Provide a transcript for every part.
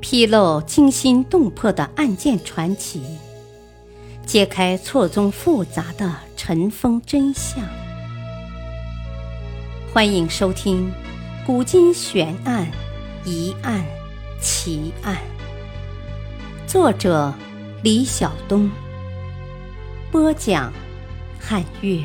披露惊心动魄的案件传奇，揭开错综复杂的尘封真相。欢迎收听《古今悬案、疑案、奇案》，作者李晓东，播讲汉月。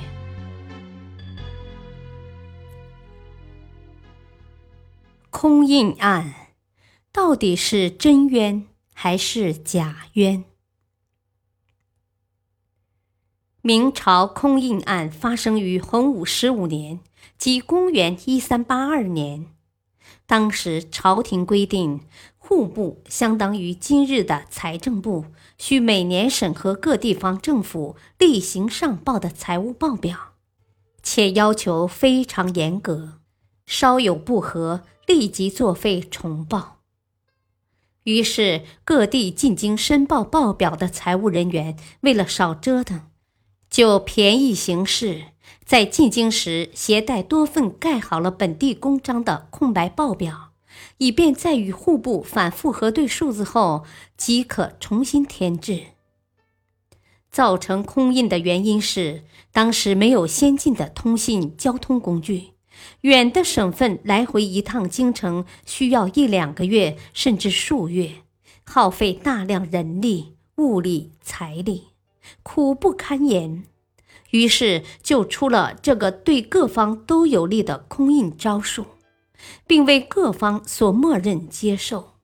空印案到底是真冤还是假冤？明朝空印案发生于洪武15年，即公元1382年。当时朝廷规定，户部相当于今日的财政部，需每年审核各地方政府例行上报的财务报表，且要求非常严格，稍有不合，立即作废重报。于是各地进京申报报表的财务人员为了少折腾，就便宜行事，在进京时携带多份盖好了本地公章的空白报表，以便在与户部反复核对数字后即可重新填制。造成空印的原因是，当时没有先进的通信交通工具，远的省份来回一趟京城需要1-2个月甚至数月，耗费大量人力、物力、财力，苦不堪言。于是就出了这个对各方都有利的空印招数，并为各方所默认接受。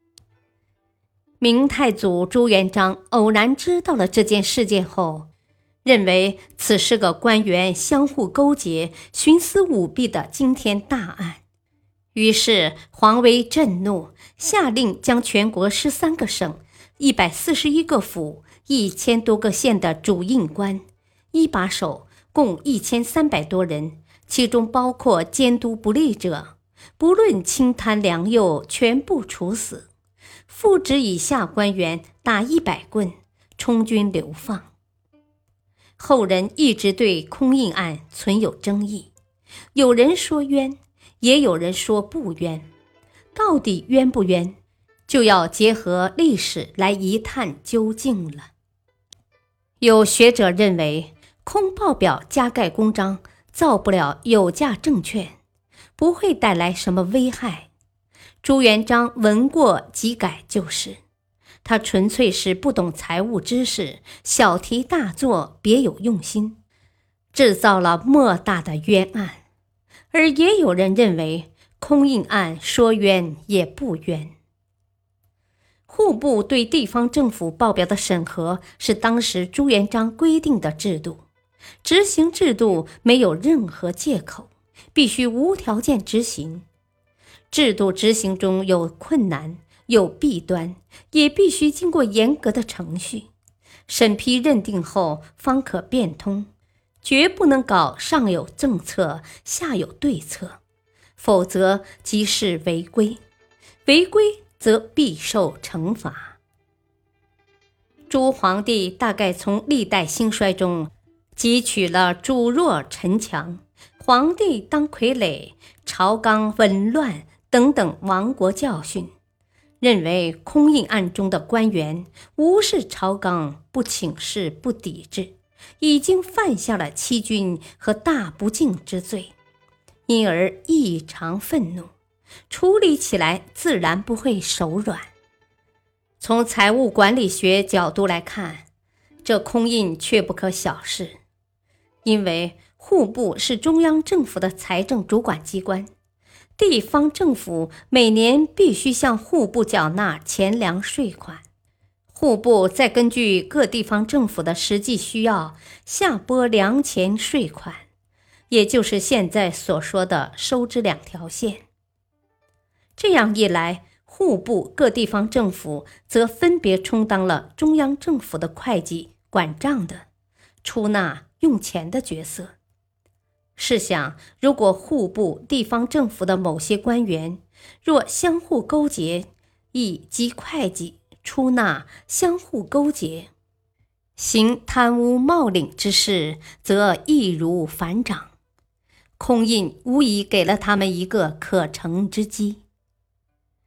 明太祖朱元璋偶然知道了这件事件后，认为此是个官员相互勾结、徇私舞弊的惊天大案，于是皇威震怒，下令将全国13个省、141个府、1000多个县的主印官、一把手共1300多人，其中包括监督不力者，不论清贪良莠，全部处死；副职以下官员打100棍，充军流放。后人一直对空印案存有争议，有人说冤，也有人说不冤。到底冤不冤，就要结合历史来一探究竟了。有学者认为，空报表加盖公章造不了有价证券，不会带来什么危害。朱元璋闻过即改就是，他纯粹是不懂财务知识，小题大做，别有用心，制造了莫大的冤案。而也有人认为，空印案说冤也不冤。户部对地方政府报表的审核是当时朱元璋规定的制度，执行制度没有任何借口，必须无条件执行。制度执行中有困难，有弊端，也必须经过严格的程序，审批认定后方可变通，绝不能搞上有政策，下有对策，否则即是违规，违规则必受惩罚。朱皇帝大概从历代兴衰中汲取了主弱臣强、皇帝当傀儡、朝纲紊乱等等亡国教训，认为空印案中的官员无视朝纲，不请示，不抵制，已经犯下了欺君和大不敬之罪，因而异常愤怒，处理起来自然不会手软。从财务管理学角度来看，这空印却不可小视，因为户部是中央政府的财政主管机关，地方政府每年必须向户部缴纳钱粮税款，户部再根据各地方政府的实际需要下拨粮钱税款，也就是现在所说的收支2条线。这样一来，户部各地方政府则分别充当了中央政府的会计、管账的、出纳、用钱的角色。试想，如果户部地方政府的某些官员若相互勾结，亦即会计、出纳相互勾结，行贪污冒领之事，则易如反掌。空印无疑给了他们一个可乘之机。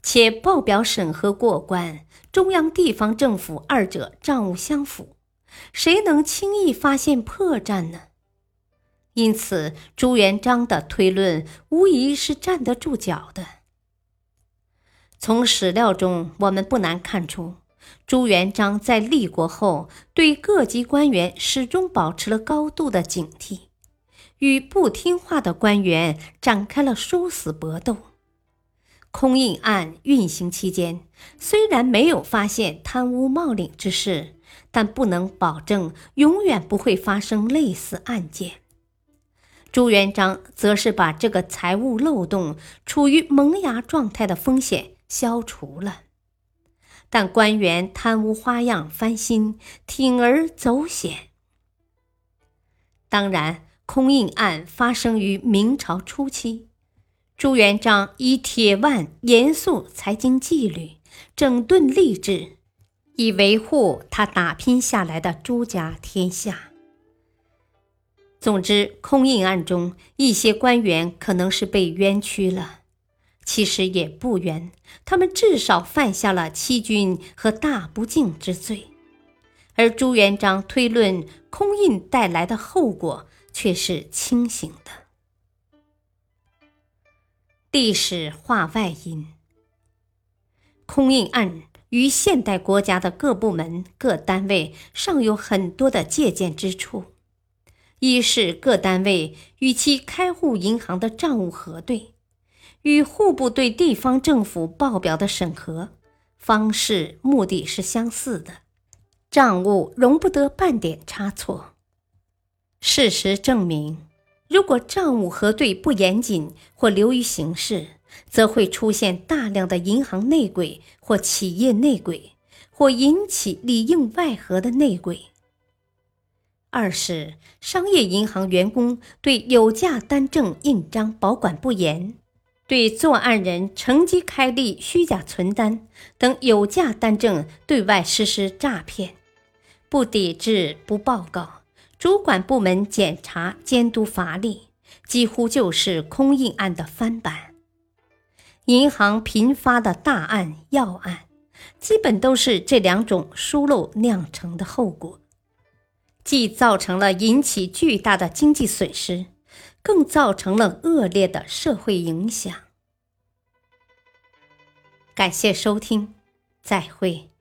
且报表审核过关，中央地方政府二者账务相符，谁能轻易发现破绽呢？因此，朱元璋的推论无疑是站得住脚的。从史料中，我们不难看出，朱元璋在立国后，对各级官员始终保持了高度的警惕，与不听话的官员展开了殊死搏斗。空印案运行期间，虽然没有发现贪污冒领之事，但不能保证永远不会发生类似案件。朱元璋则是把这个财务漏洞处于萌芽状态的风险消除了，但官员贪污花样翻新，铤而走险。当然，空印案发生于明朝初期，朱元璋以铁腕严肃财经纪律，整顿吏治，以维护他打拼下来的朱家天下。总之，空印案中一些官员可能是被冤屈了，其实也不冤，他们至少犯下了欺君和大不敬之罪，而朱元璋推论空印带来的后果却是清醒的。历史话外音：空印案与现代国家的各部门各单位尚有很多的借鉴之处。一是各单位与其开户银行的账务核对，与户部对地方政府报表的审核方式目的是相似的，账务容不得半点差错。事实证明，如果账务核对不严谨或流于形式，则会出现大量的银行内鬼或企业内鬼，或引起里应外合的内鬼。二是商业银行员工对有价单证印章保管不严，对作案人乘机开立虚假存单等有价单证对外实施诈骗，不抵制不报告，主管部门检查监督乏力，几乎就是空印案的翻版。银行频发的大案要案，基本都是这两种疏漏酿成的后果，既造成了引起巨大的经济损失，更造成了恶劣的社会影响。感谢收听，再会。